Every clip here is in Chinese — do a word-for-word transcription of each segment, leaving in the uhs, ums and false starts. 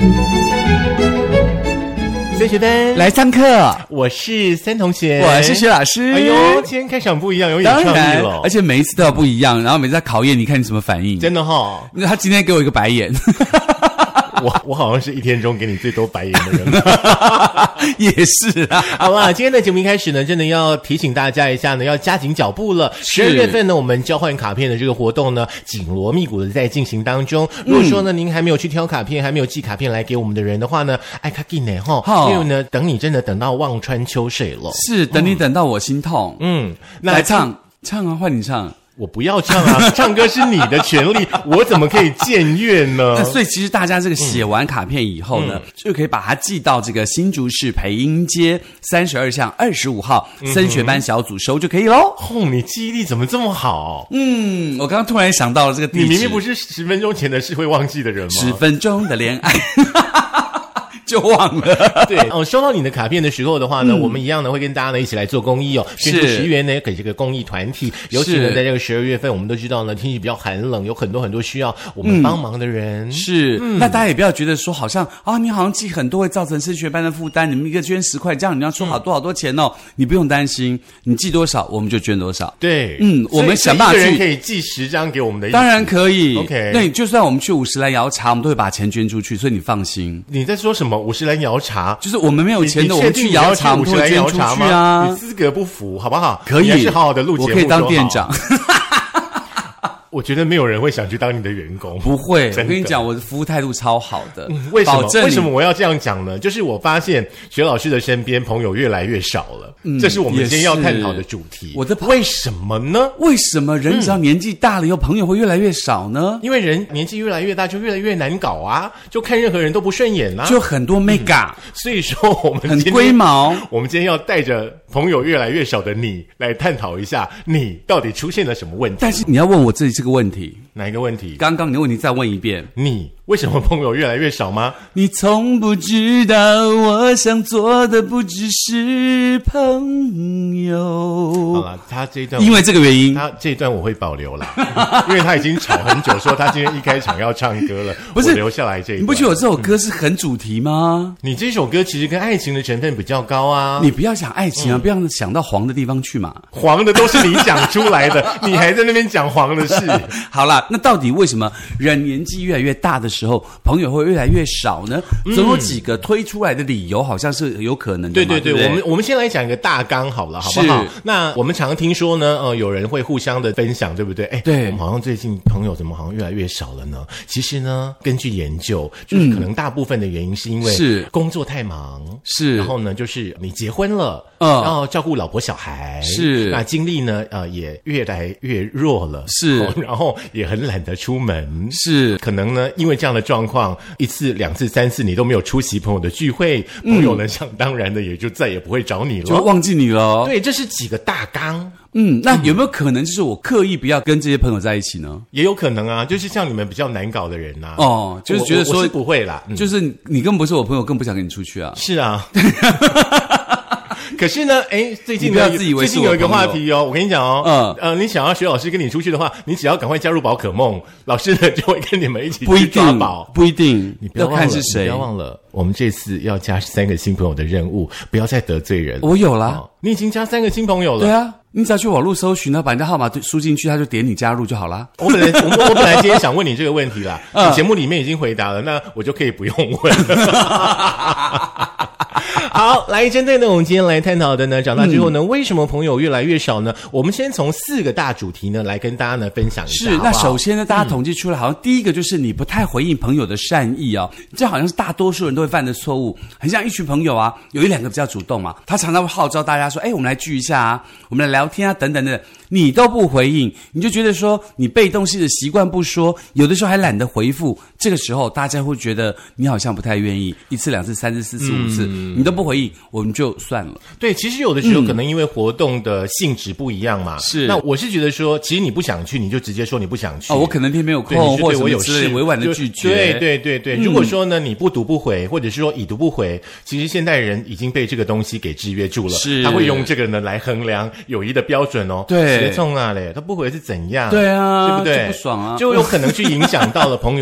三学班来上课， 我是三同学， 我是薛老师。 哎呦，今天开场不一样，有点创意了， 而且每一次都要不一样，然后每次在考验你看你什么反应。 真的哈、哦， 他今天给我一个白眼。 我我好像是一天中给你最多白眼的人。 也是啊。 好啦，今天的节目一开始呢，真的要提醒大家一下呢，要加紧脚步了。十二月份呢，我们交换卡片的这个活动呢，紧锣密鼓的在进行当中。如果说呢，您还没有去挑卡片，还没有寄卡片来给我们的人的话呢，爱卡紧呢哈，因为呢，等你真的等到望穿秋水了， 是等你等到我心痛。嗯，那来唱唱啊，换你唱。 我不要唱啊，唱歌是你的权利，我怎么可以僭越呢？ 那所以其实大家这个写完卡片以后呢，嗯、就可以把它寄到这个新竹市培英街三十二巷二十五号升学班小组收就可以咯。 哦，你记忆力怎么这么好？ 嗯，我刚刚突然想到了这个地址。 你明明不是十分钟前的事会忘记的人吗？ 十分钟的恋爱。就忘了。 对哦，收到你的卡片的时候的话呢，嗯、我们一样呢会跟大家呢一起来做公益哦，捐助十元呢给这个公益团体。尤其呢，在这个十二月份，我们都知道呢天气比较寒冷，有很多很多需要我们帮忙的人。 嗯、是，嗯、那大家也不要觉得说好像啊，你好像寄很多会造成升学班的负担，你们一个捐十块，这样你要出好多好多钱哦。嗯、你不用担心，你寄多少我们就捐多少。 对， 嗯，我们想办法去。一个人可以寄十张给我们的， 当然可以。 OK， 那你就算我们去五十岚摇茶，我们都会把钱捐出去，所以你放心。 你在说什么？五十岚摇茶？ 就是我们没有钱的，我们去摇茶，我们会捐出去啊！ 你资格不符，好不好？ 可以， 你还是好好的录节目， 我可以当店长。 我觉得没有人会想去当你的员工， 不会。我跟你讲，我的服务态度超好的。 嗯、为什么？为什么我要这样讲呢？就是我发现薛老师的身边朋友越来越少了，嗯、这是我们今天要探讨的主题。 我的为什么呢？ 为什么人只要年纪大了以后，朋友会越来越少呢？ 因为人年纪越来越大，就越来越难搞啊，就看任何人都不顺眼啊， 就很多 mega、嗯。所以说，我们很龟毛。 我们今天要带着朋友越来越少的你来探讨一下，你到底出现了什么问题？ 但是你要问我自己这个问题。 哪一个问题？ 刚刚你的问题再问一遍。 你为什么朋友越来越少吗？ 你从不知道，我想做的不只是朋友。 好了，他这一段因为这个原因， 他这一段我会保留啦，因为他已经吵很久，说他今天一开场要唱歌了，不是我留下来这一段。 你不觉得我这首歌是很主题吗？ 嗯、你这首歌其实跟爱情的成分比较高啊。 你不要想爱情啊，嗯、不要想到黄的地方去嘛。 黄的都是你讲出来的，你还在那边讲黄的事。 好啦，那到底为什么人年纪越来越大的时候，朋友会越来越少呢？总有几个推出来的理由，好像是有可能的。 对对对， 对对我们我们先来讲一个大纲好了，好不好？那我们常听说呢，呃，有人会互相的分享，对不对？哎， 对， 我们好像最近朋友怎么好像越来越少了呢？其实呢，根据研究，就是可能大部分的原因是因为是工作太忙， 是， 然后呢，就是你结婚了，嗯，然后照顾老婆小孩， 是， 那精力呢，呃，也越来越弱了， 是， 哦、然后也很懒得出门， 是， 可能呢，因为这样的状况，一次、两次、三次你都没有出席朋友的聚会，朋友呢，嗯、想当然的也就再也不会找你了， 就忘记你了。 对，这是几个大纲。 嗯，那有没有可能就是我刻意不要跟这些朋友在一起呢？ 也有可能啊，就是像你们比较难搞的人呐、啊。 哦，就是觉得说我我是不会啦，嗯、 就是你根本不是我朋友，更不想跟你出去啊。 是啊。可是呢，哎，最近呢， 自以为最近有一个话题哦，我跟你讲哦，嗯，呃，你想要薛老师跟你出去的话，你只要赶快加入宝可梦，老师呢就会跟你们一起去抓宝。 不一定， 你不要看是谁， 不要忘了，我们这次要加三个新朋友的任务，不要再得罪人。 我有啦、哦， 你已经加三个新朋友了。 对啊，你只要去网络搜寻，然后把你的号码输进去，他就点你加入就好啦。 我本来我我本来今天想问你这个问题啦，嗯、你节目里面已经回答了，那我就可以不用问了。好，来针对呢，我们今天来探讨的呢，长大之后呢，嗯、为什么朋友越来越少呢？我们先从四个大主题呢来跟大家呢分享一下。 是， 好不好？ 那首先呢，大家统计出来，嗯、好像第一个就是你不太回应朋友的善意哦，这好像是大多数人都会犯的错误。很像一群朋友啊，有一两个比较主动嘛，他常常会号召大家说：“哎，我们来聚一下啊，我们来聊天啊，等等的。”你都不回应，你就觉得说你被动式的习惯不说，有的时候还懒得回复。这个时候大家会觉得你好像不太愿意，一次两次三次四次五次、嗯、你都不回应，我们就算了。 对，其实有的时候可能因为活动的性质不一样嘛， 是、嗯、 那我是觉得说其实你不想去你就直接说你不想去。 哦，我可能天没有空，或者我有事，委婉的拒绝。 对对对对、嗯、如果说呢你不读不回，或者是说已读不回，其实现代人已经被这个东西给制约住了， 是他会用这个呢来衡量友谊的标准哦。 对， 直接冲啊嘞，他不回是怎样？ 对啊， 对不对？ 就不爽啊， 就有可能去影响到了朋友之间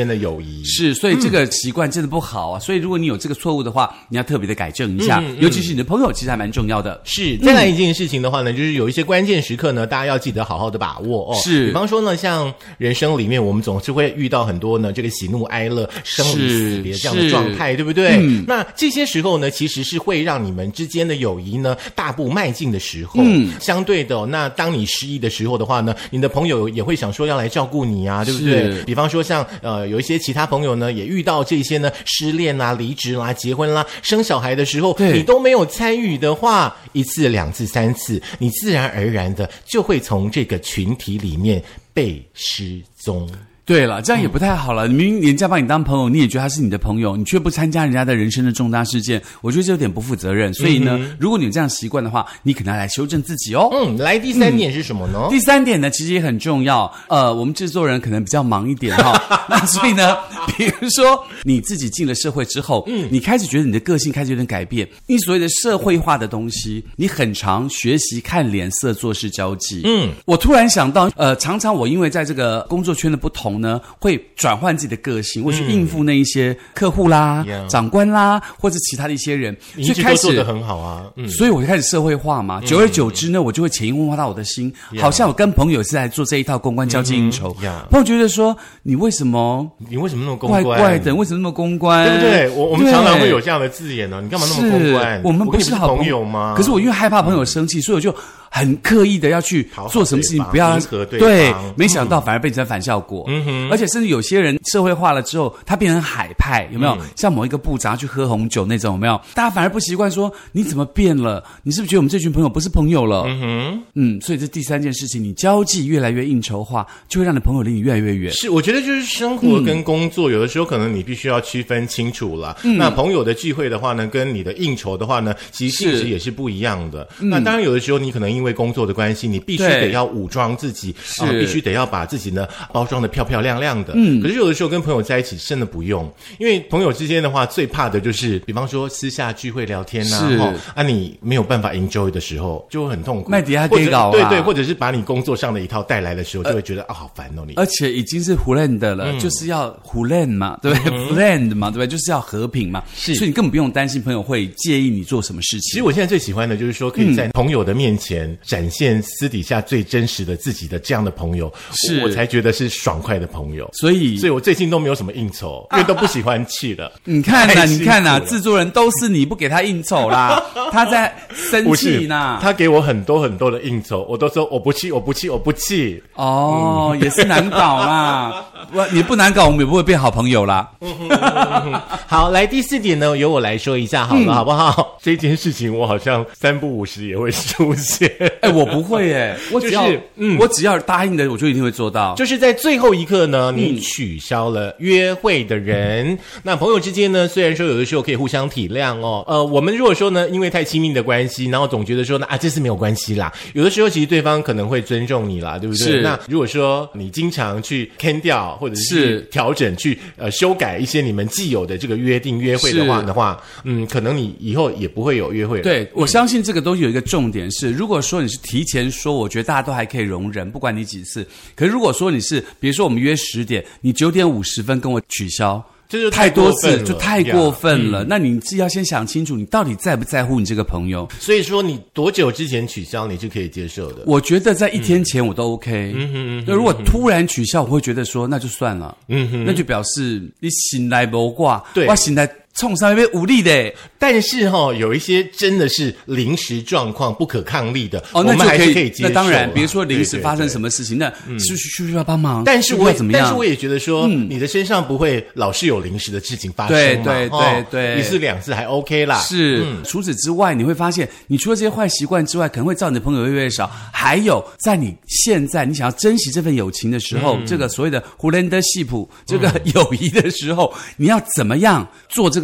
的友谊。 是，所以这个习惯真的不好啊。嗯、所以如果你有这个错误的话，你要特别的改正一下，嗯嗯、尤其是你的朋友，其实还蛮重要的。 是，再来一件事情的话呢，嗯、就是有一些关键时刻呢，大家要记得好好的把握哦。 是， 比方说呢，像人生里面，我们总是会遇到很多呢，这个喜怒哀乐、生离死别这样的状态，对不对？嗯、那这些时候呢，其实是会让你们之间的友谊呢大步迈进的时候。嗯，相对的、哦，那当你失意的时候的话呢，你的朋友也会想说要来照顾你啊，对不对？比方说像呃有一些其他朋友呢，也遇到这些呢失恋啦、离职啦、结婚啦、生小孩的时候，你都没有参与的话，一次、两次、三次，你自然而然的就会从这个群体里面被失踪。 对了，这样也不太好了。明明人家把你当朋友，你也觉得他是你的朋友，你却不参加人家的人生的重大事件，我觉得这有点不负责任。所以呢，嗯、如果你有这样习惯的话，你可能要来修正自己哦。 嗯，来第三点是什么呢？ 嗯、第三点呢，其实也很重要。呃，我们制作人可能比较忙一点哈、哦，那所以呢，比如说你自己进了社会之后，嗯，你开始觉得你的个性开始有点改变，你所谓的社会化的东西，你很常学习看脸色做事交际。嗯，我突然想到，呃，常常我因为在这个工作圈的不同呢，会转换自己的个性，我去应付那一些客户啦、嗯、长官啦，或者其他的一些人， 你一直都做得很好啊。嗯， 所以我就开始社会化嘛。嗯、久而久之呢，我就会潜移默化到我的心，嗯、好像我跟朋友是在做这一套公关交际应酬。嗯、朋友觉得说，你为什么？ 你为什么那么公关？ 怪怪的，为什么那么公关？ 对不对？我我们常常会有这样的字眼呢、哦。你干嘛那么公关？ 我们不是好朋友吗？ 可是我因为害怕朋友生气，所以我就很刻意的要去做什么事情，不要和对对，没想到反而变成反效果。嗯哼，而且甚至有些人社会化了之后，他变成海派，有没有？嗯、像某一个部长去喝红酒那种，有没有？大家反而不习惯说你怎么变了？你是不是觉得我们这群朋友不是朋友了？嗯哼，嗯，所以这第三件事情，你交际越来越应酬化，就会让你朋友离你越来越远。 是，我觉得就是生活跟工作，嗯、有的时候可能你必须要区分清楚了。嗯、那朋友的聚会的话呢，跟你的应酬的话呢，其实性质也是不一样的。嗯、那当然，有的时候你可能因为工作的关系，你必须得要武装自己，啊、呃，必须得要把自己呢包装得漂漂亮亮的。嗯，可是有的时候跟朋友在一起真的不用，因为朋友之间的话，最怕的就是比方说私下聚会聊天呐、啊，啊，你没有办法 enjoy 的时候，就会很痛苦。 麦迪亚给搞啊， 对对，或者是把你工作上的一套带来的时候，就会觉得啊、呃哦，好烦哦你。 而且已经是胡乱的了，嗯、就是要胡乱嘛，对不对？胡乱的嘛，对不对？就是要和平嘛，是，所以你根本不用担心朋友会介意你做什么事情。 其实我现在最喜欢的就是说，可以在朋友的面前展现私底下最真实的自己的这样的朋友，是我才觉得是爽快的朋友。所以，所以我最近都没有什么应酬，因为都不喜欢去了。 你看呐、啊，你看呐、啊，制作人都是你不给他应酬啦，他在生气呢。 他给我很多很多的应酬，我都说我不去，我不去，我不去。 哦，嗯、也是难搞啦。我你不难搞，我们也不会变好朋友啦。嗯哼嗯哼好，来第四点呢，由我来说一下好了，嗯、好不好？这件事情我好像三不五时也会出现。 哎，我不会耶，我只要、就是、嗯，我只要答应的，我就一定会做到。 就是在最后一刻呢，你取消了约会的人。嗯、那朋友之间呢，虽然说有的时候可以互相体谅哦，呃，我们如果说呢，因为太亲密的关系，然后总觉得说呢啊，这次没有关系啦。有的时候其实对方可能会尊重你啦，对不对？是。那如果说你经常去 can 掉，或者是调整去呃修改一些你们既有的这个约定约会的话的话，嗯，可能你以后也不会有约会了。 对，我相信这个东西有一个重点是，如果说你是提前说，我觉得大家都还可以容忍，不管你几次。可是如果说你是，比如说我们约十点，你九点五十分跟我取消。 这就太多次就太过分了，嗯、那你自己要先想清楚，你到底在不在乎你这个朋友。 所以说，你多久之前取消你是可以接受的？ 我觉得在一天前我都 OK。嗯哼，那如果突然取消，我会觉得说那就算了。嗯哼，那就表示你醒来无挂，对，我醒来。冲上面无力的， 但是哈、哦，有一些真的是临时状况不可抗力的， 哦， 那我们还是可以接受。 那当然，比如说临时发生什么事情，对对对，那是需需要帮忙。 但是我怎么样？ 但是我也觉得说，嗯、你的身上不会老是有临时的事情发生嘛。 对对对对， 哦、一次两次还 OK 啦。 是，嗯、除此之外，你会发现，你除了这些坏习惯之外，可能会造你的朋友越来越少。还有，在你现在你想要珍惜这份友情的时候，嗯、这个所谓的胡兰德系谱这个友谊的时候，嗯、你要怎么样做这个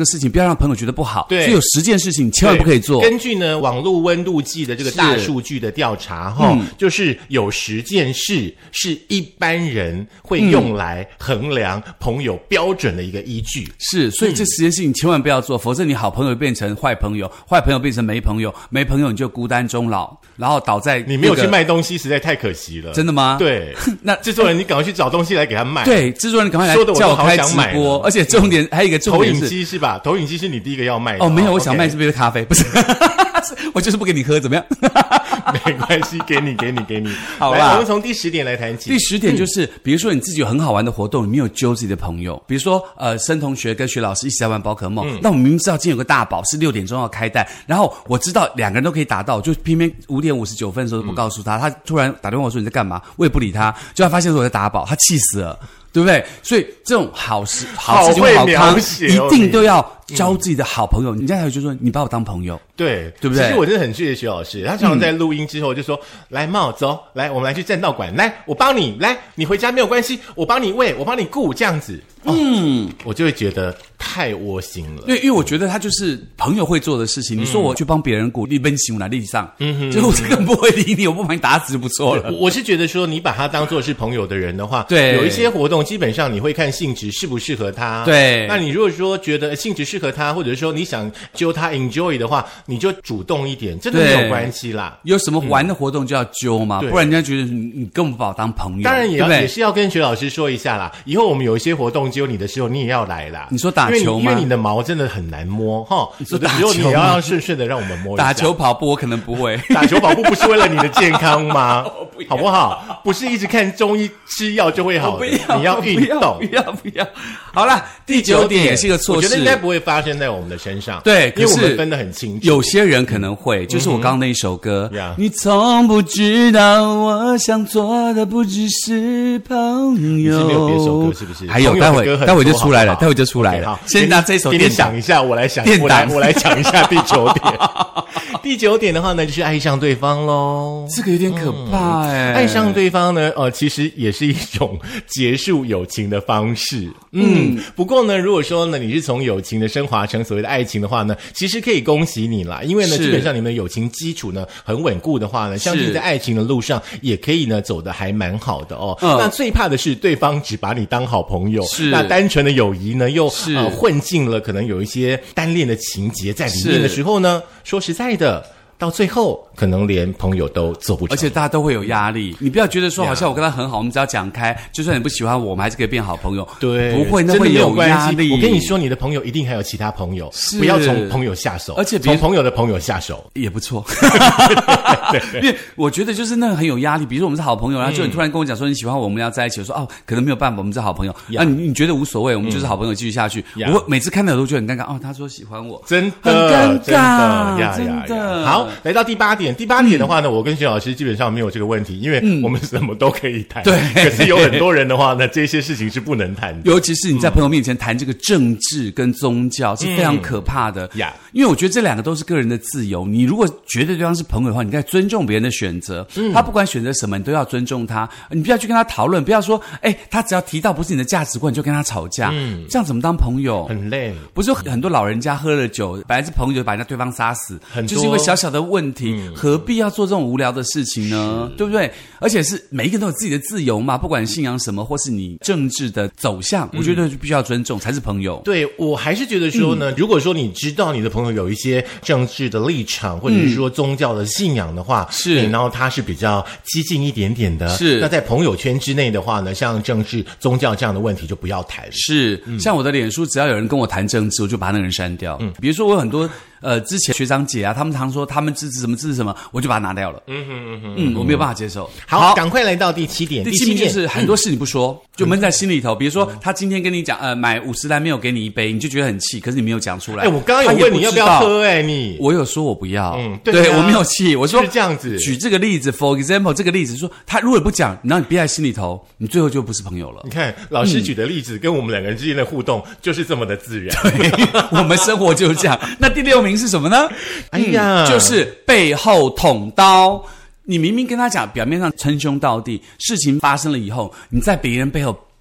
事情不要让朋友觉得不好， 对， 所以有十件事情你千万不可以做。 根据呢网络温度计的这个大数据的调查哈、嗯，就是有十件事是一般人会用来衡量朋友标准的一个依据。 是，所以这十件事情千万不要做，否则你好朋友变成坏朋友，坏朋友变成没朋友，没朋友你就孤单终老，然后倒在、那个、 你没有去卖东西，实在太可惜了。 真的吗？ 对，那制作人你赶快去找东西来给他卖。 对，制作人赶快来说的我叫我开都好想买直播，而且重点还有一个重点是投影机是吧？投影机是你第一个要卖的。 哦，没有，我 OK 想卖是杯咖啡，不是。我就是不给你喝，怎么样？ 没关系，给你，给你，给你。 好啦， 来，我们从第十点来谈起。 第十点就是，嗯、比如说你自己有很好玩的活动，你没有揪自己的朋友，比如说呃，申同学跟徐老师一起在玩宝可梦，嗯、那我明明知道今天有个大宝是六点钟要开蛋，然后我知道两个人都可以打到，就偏偏五点五十九分的时候不告诉他，嗯、他突然打电话说你在干嘛，我也不理他，就他发现说我在打宝，他气死了。对不对？所以这种好事、好事情、好康，一定都要交自己的好朋友，人家才会就说你把我当朋友， 对对不对？ 其实我真的很谢谢徐老师，他常常在录音之后就说：“嗯、来，茂走，来，我们来去栈道馆，来，我帮你，来，你回家没有关系，我帮你喂，我帮你顾，这样子。”嗯，我就会觉得太窝心了。 对，因为我觉得他就是朋友会做的事情。嗯、你说我去帮别人顾，你奔行哪地上，嗯哼，就我根本不会理你，我不把你打死就不错了。 我是觉得说，你把他当作是朋友的人的话， 对， 有一些活动基本上你会看性质适不适合他。 对， 那你如果说觉得性质适合他，或者是说你想揪他 enjoy 的话，你就主动一点，真的没有关系啦。 有什么玩的活动就要揪嘛，嗯、不然人家觉得你你根本不把我当朋友。 当然也要对对也是要跟徐老师说一下啦，以后我们有一些活动揪你的时候，你也要来啦。 你说打球吗？ 因为 你, 因为你的毛真的很难摸哈， 有的时候你也要让顺顺的让我们摸一下。 打球跑步我可能不会， 打球跑步不是为了你的健康吗？ 不好不好？不是一直看中医吃药就会好的， 要你要运动。 不要不要。好了，第九点也是一个错事， 我觉得应该不会发生在我们的身上。 对， 因为我们分得很清楚。 有些人可能会，就是我刚刚那一首歌， 嗯、 你从不知道我想做的不只是朋友。 是没有别首歌是不是？ 还有，待会待会就出来了，待会就出来了。先拿这一首给你想一下，我来想，我来我来讲一下第九点。第九点的话呢，就是爱上对方咯。 这个有点可怕哎、 嗯。爱上对方呢，呃，其实也是一种结束友情的方式。嗯，不过呢，如果说呢，你是从友情的升华成所谓的爱情的话呢，其实可以恭喜你啦，因为呢，基本上你们的友情基础呢很稳固的话呢，相信在爱情的路上也可以呢走得还蛮好的哦。嗯、那最怕的是对方只把你当好朋友， 是那单纯的友谊呢又呃混进了可能有一些单恋的情节在里面的时候呢，说实在的。到最后可能连朋友都做不成， 而且大家都会有压力。你不要觉得说好像我跟他很好，我们只要讲开，就算你不喜欢我，我们还是可以变好朋友。 对， 不会，那会有压力。 我跟你说，你的朋友一定还有其他朋友，不要从朋友下手， 而且从朋友的朋友下手也不错。因为我觉得就是那个很有压力。比如说我们是好朋友，然后就你突然跟我讲说你喜欢我，我们要在一起，我说哦，可能没有办法，我们是好朋友。啊，你你觉得无所谓，我们就是好朋友，继续下去。我每次看到都觉得很尴尬。哦，他说喜欢我， 真的很尴尬， 真的。 好，来到第八点。第八点的话呢，嗯、我跟徐老师基本上没有这个问题，因为我们什么都可以谈。 对、 嗯，可是有很多人的话呢，这些事情是不能谈的。 尤其是你在朋友面前谈这个政治跟宗教、嗯、是非常可怕的呀。嗯、因为我觉得这两个都是个人的自由。你如果觉得对方是朋友的话，你应该尊重别人的选择。嗯、他不管选择什么，你都要尊重他。你不要去跟他讨论，不要说，哎，他只要提到不是你的价值观，你就跟他吵架。嗯，这样怎么当朋友？ 很累。 不是很多老人家喝了酒，本来是朋友，把人家对方杀死， 很多就是因为小小的问题，嗯、何必要做这种无聊的事情呢？对不对？而且是每一个人都有自己的自由嘛，不管信仰什么，或是你政治的走向，嗯、我觉得必须要尊重才是朋友。 对，我还是觉得说呢，嗯、如果说你知道你的朋友有一些政治的立场，或者是说宗教的信仰的话，是、嗯，然后他是比较激进一点点的，是。那在朋友圈之内的话呢，像政治、宗教这样的问题就不要谈。 是，嗯、像我的脸书，只要有人跟我谈政治，我就把那个人删掉。嗯，比如说我有很多。呃，之前学长姐啊，他们常说他们支持什么支持什么，我就把它拿掉了。嗯哼嗯哼，嗯，我没有办法接受。 好，赶快来到第七点。 第七点就是很多事你不说，嗯、就闷在心里头。比如说，他今天跟你讲，呃，买五十兰没有给你一杯，你就觉得很气，可是你没有讲出来。 哎，我刚刚有问你要不要喝，哎，你我有说我不要， 嗯， 对，对、啊、我没有气，我说是这样子。 举这个例子 ，for example， 这个例子说他如果不讲，然后你憋在心里头，你最后就不是朋友了。 你看老师举的例子，嗯、跟我们两个人之间的互动就是这么的自然。 对，我们生活就是这样。那第六名是什么呢？ 哎呀、 嗯，就是背后捅刀。你明明跟他讲，表面上称兄道弟，事情发生了以后，你在别人背后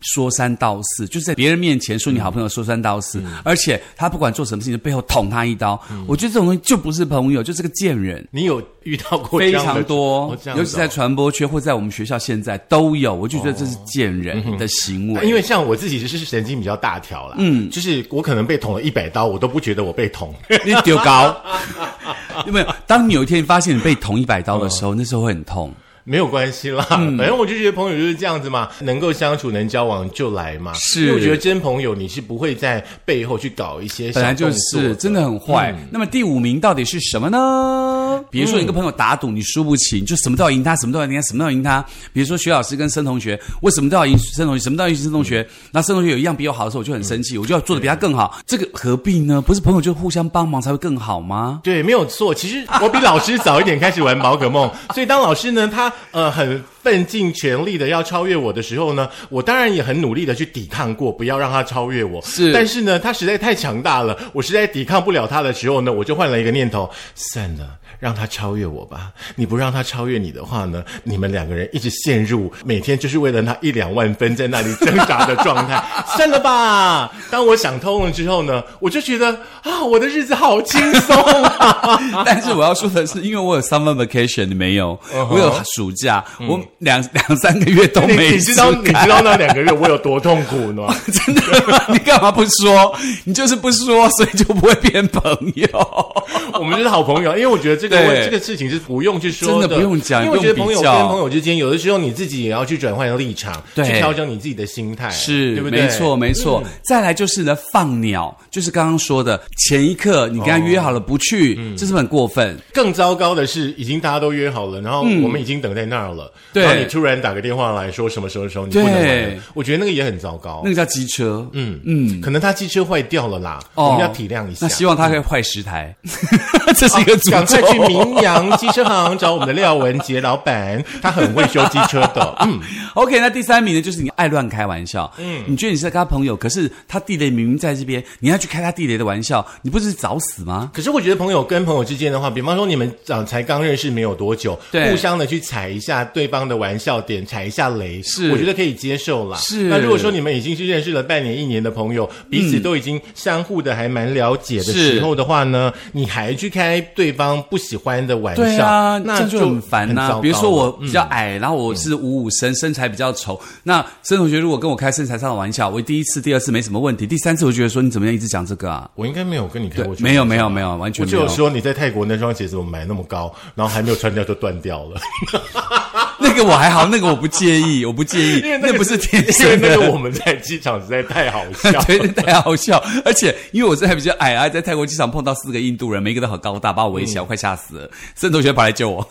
说三道四，就是在别人面前说你好朋友说三道四，嗯、而且他不管做什么事情，背后捅他一刀。嗯、我觉得这种东西就不是朋友，就是个贱人。 你有遇到过这非样的常多， 哦、 尤其在传播圈或在我们学校现在都有，我就觉得这是贱人的行为。 哦嗯、因为像我自己就是神经比较大条啦，嗯，就是我可能被捅了一百刀，我都不觉得我被捅， 你丢高。有没有？当你有一天发现你被捅一百刀的时候，哦、那时候会很痛。 没有关系啦，嗯、反正我就觉得朋友就是这样子嘛，能够相处能交往就来嘛。 是， 因为我觉得真朋友你是不会在背后去搞一些小动作的， 本来就是真的很坏。嗯、那么第五名到底是什么呢？比如说你跟朋友打赌，你输不起，你就什么都要赢他，什么都要赢他，什么都要赢他。比如说徐老师跟申同学，我什么都要赢申同学，什么都要赢申同学。那申同学有一样比我好的时候，我就很生气，嗯、我就要做得比他更好。这个何必呢？不是朋友就互相帮忙才会更好吗？ 对，没有错。其实我比老师早一点开始玩宝可梦，所以当老师呢，他呃很奋尽全力的要超越我的时候呢，我当然也很努力的去抵抗过，不要让他超越我。 是， 但是呢，他实在太强大了，我实在抵抗不了他的时候呢，我就换了一个念头，算了，让他超越我吧。你不让他超越你的话呢，你们两个人一直陷入每天就是为了那一两万分在那里挣扎的状态，算了吧。当我想通了之后呢，我就觉得啊，我的日子好轻松啊。 但是我要说的是，因为我有 summer vacation， 你没有， uh-huh. 我有暑假，嗯、我两两三个月都没你。你知道你知道那两个月我有多痛苦呢？ 真的吗？你干嘛不说？你就是不说，所以就不会变朋友。 我们就是好朋友，因为我觉得这个这个事情是不用去说的， 真的不用讲， 因为我觉得朋友跟朋友之间，有的时候你自己也要去转换立场，去调整你自己的心态， 是， 对不对？ 没错，没错。嗯、再来就是呢，放鸟，就是刚刚说的，前一刻你跟他约好了不去，哦嗯、这是不是很过分？ 更糟糕的是，已经大家都约好了，然后我们已经等在那儿了，嗯、然后你突然打个电话来说什么时候时候你不能来了，我觉得那个也很糟糕。 那个叫机车， 嗯嗯，可能他机车坏掉了啦，哦、我们要体谅一下。 那希望他可以坏十台，这是一个诅咒。 赶快去明阳机车行找我们的廖文杰老板，他很会修机车的。嗯 ，OK， 那第三名呢，就是你爱乱开玩笑。嗯，你觉得你是在跟他朋友，可是他地雷明明在这边，你要去开他地雷的玩笑，你不是找死吗？ 可是我觉得朋友跟朋友之间的话，比方说你们啊才刚认识没有多久， 对， 互相的去踩一下对方的玩笑点，踩一下雷， 是， 我觉得可以接受啦。 是， 那如果说你们已经是认识了半年、一年的朋友，彼此都已经相互的还蛮了解的时候的话呢，你还去开对方不喜欢的玩笑， 对啊， 那就很烦呐、啊。比如说我比较矮，嗯、然后我是五五身，身材比较丑。那申同学如果跟我开身材上的玩笑，我第一次、第二次没什么问题，第三次我觉得说你怎么样一直讲这个啊？ 我应该没有跟你开过， 没有没有没有，完全没有。 我就有说你在泰国那双鞋子我买那么高，然后还没有穿掉就断掉了。 那个我还好，那个我不介意，我不介意，那, 那不是天生的。 因为那个我们在机场实在太好笑， 对，太好笑。而且因为我这还比较矮啊，在泰国机场碰到四个印度人，每一个都很高大，把我围起来，我快吓死了。申同学跑来救我。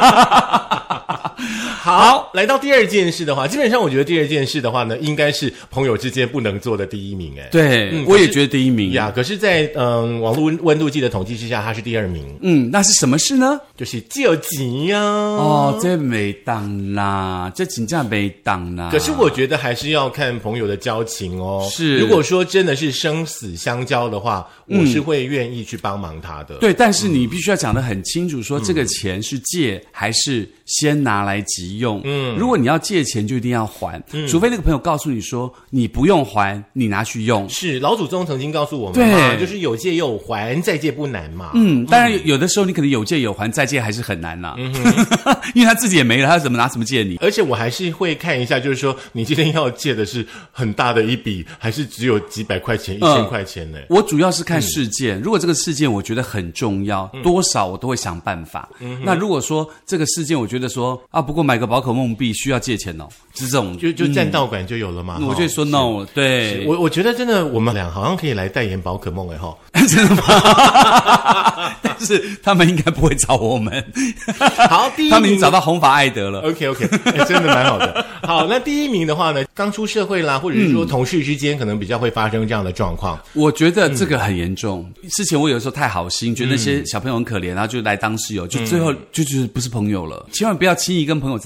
好，来到第二件事的话，基本上我觉得第二件事的话呢，应该是朋友之间不能做的第一名。哎， 对、嗯，我也觉得第一名呀。可是在，在嗯网络温度计的统计之下，他是第二名。 嗯，那是什么事呢？ 就是借钱呀。 哦，这没当啦，这真正没当啦。 可是我觉得还是要看朋友的交情哦。 是， 如果说真的是生死相交的话，嗯、我是会愿意去帮忙他的。 对，但是你必须要讲得很清楚，说这个钱是借还是先拿来急用。嗯，如果你要借钱，就一定要还，嗯、除非那个朋友告诉你说你不用还，你拿去用。 是，老祖宗曾经告诉我们嘛，就是有借有还，再借不难嘛。 嗯，当然有的时候你可能有借有还，再借还是很难啦、啊。嗯哼，因为他自己也没了，他怎么拿什么借你？ 而且我还是会看一下，就是说你今天要借的是很大的一笔，还是只有几百块钱、一千块钱呢？ 我主要是看事件，嗯、如果这个事件我觉得很重要，嗯、多少我都会想办法。嗯、那如果说这个事件我觉得说啊，不过买个宝可梦币需要借钱哦，是这种就就占道馆就有了嘛。 嗯、我就说 no， 对， 我我觉得真的我们俩好像可以来代言宝可梦哎哈， 真的吗？但是他们应该不会找我们。 好，第一名他们已经找到红发艾德了。 OK OK，、欸、真的蛮好的。好，那第一名的话呢，刚出社会啦，或者是说同事之间可能比较会发生这样的状况。 我觉得这个很严重。嗯、之前我有时候太好心，觉得那些小朋友很可怜，然后就来当室友，就最后就就是不是朋友了。千万不要轻易跟朋友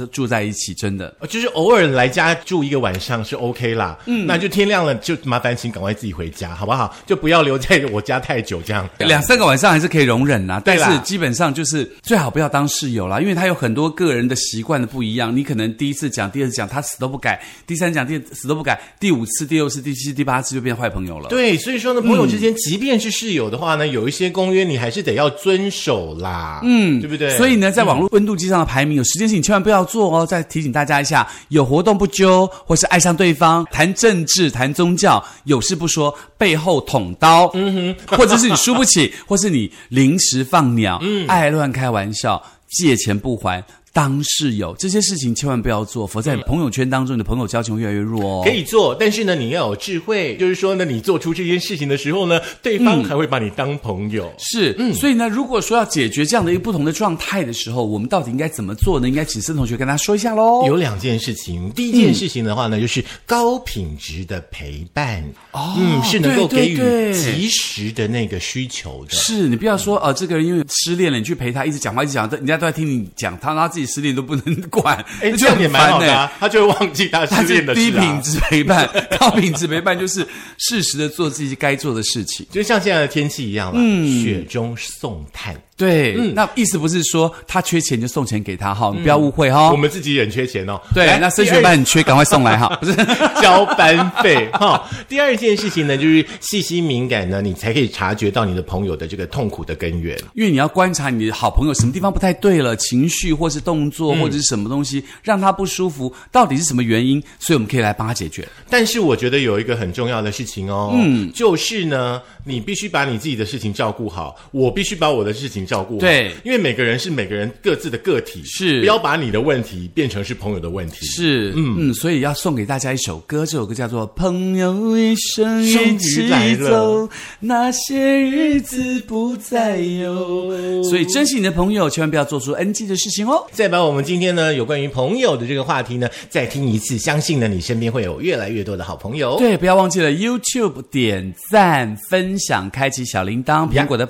住在一起，真的。 就是偶尔来家住一个晚上是 OK 啦，嗯，那就天亮了就麻烦请赶快自己回家，好不好？就不要留在我家太久，这样两三个晚上还是可以容忍啦，但是基本上就是最好不要当室友啦，因为他有很多个人的习惯的不一样，你可能第一次讲，第二次讲，他死都不改，第三讲，第死都不改，第五次、第六次、第七次、第八次就变坏朋友了。 对，所以说呢，朋友之间、嗯、即便是室友的话呢，有一些公约你还是得要遵守啦，嗯，对不对？ 所以呢，在网络温度计上的排名有十件事情千万不要做哦。再提醒大家一下，有活动不揪，或是爱上对方，谈政治、谈宗教，有事不说，背后捅刀，嗯哼，或者是你输不起，或是你临时放鸟，嗯，爱乱开玩笑，借钱不还。当室友这些事情千万不要做，否则在你朋友圈当中，你的朋友交情会越来越弱哦。 可以做，但是呢，你要有智慧，就是说呢，你做出这件事情的时候呢，对方还会把你当朋友。嗯、 是，嗯，所以呢，如果说要解决这样的一个不同的状态的时候，我们到底应该怎么做呢？应该请森同学跟大家说一下咯。 有两件事情，第一件事情的话呢，嗯、就是高品质的陪伴，哦，嗯，是能够给予及时的那个需求的。 是你不要说，呃，这个人因为失恋了，你去陪他，一直讲话，一直讲，人家都在听你讲，他他自己失恋都不能管， 哎，这样也蛮好的、啊，他就会忘记他失恋的事、啊。 低品质陪伴，高品质陪伴就是适时的做自己该做的事情， 就像现在的天气一样啦，嗯，雪中送炭。 对，嗯，那意思不是说他缺钱就送钱给他哈，你不要误会哈、 嗯。我们自己也很缺钱哦。 对，那升学班很缺，赶快送来哈，不是交班费哈。第二件事情呢，就是细心敏感呢，你才可以察觉到你的朋友的这个痛苦的根源， 因为你要观察你的好朋友什么地方不太对了，情绪或是动作、嗯、或者是什么东西让他不舒服，到底是什么原因，所以我们可以来帮他解决。 但是我觉得有一个很重要的事情哦，嗯，就是呢，你必须把你自己的事情照顾好，我必须把我的事情照顾好。 对， 因为每个人是每个人各自的个体， 是不要把你的问题变成是朋友的问题。 是，嗯嗯，所以要送给大家一首歌，这首歌叫做《朋友一生一起走，那些日子不再有》。所以珍惜你的朋友，千万不要做出 N G 的事情哦。 再把我们今天呢有关于朋友的这个话题呢再听一次，相信呢你身边会有越来越多的好朋友。 对，不要忘记了 YouTube 点赞、分享、开启小铃铛，苹果的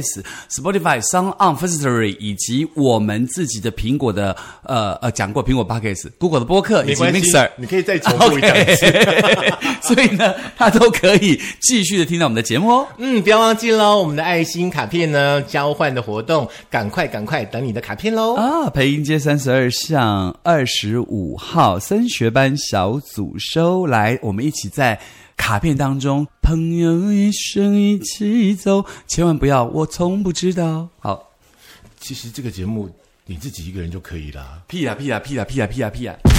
Podcast、Spotify、SoundOn、Firstory 以及我们自己的苹果的呃呃讲过苹果 Podcast、Google 的播客以及 Mixer， 你可以再重复一次。 Okay 所以呢，他都可以继续的听到我们的节目哦。 嗯，不要忘记咯，我们的爱心卡片呢交换的活动，赶快赶快等你的卡片咯。 啊，培英街三十二巷二十五号升学班小组收来，我们一起在卡片当中，朋友一生一起走，千万不要我从不知道。好， 其实这个节目你自己一个人就可以啦。 屁啦屁啦屁啦屁啦屁啦屁啦。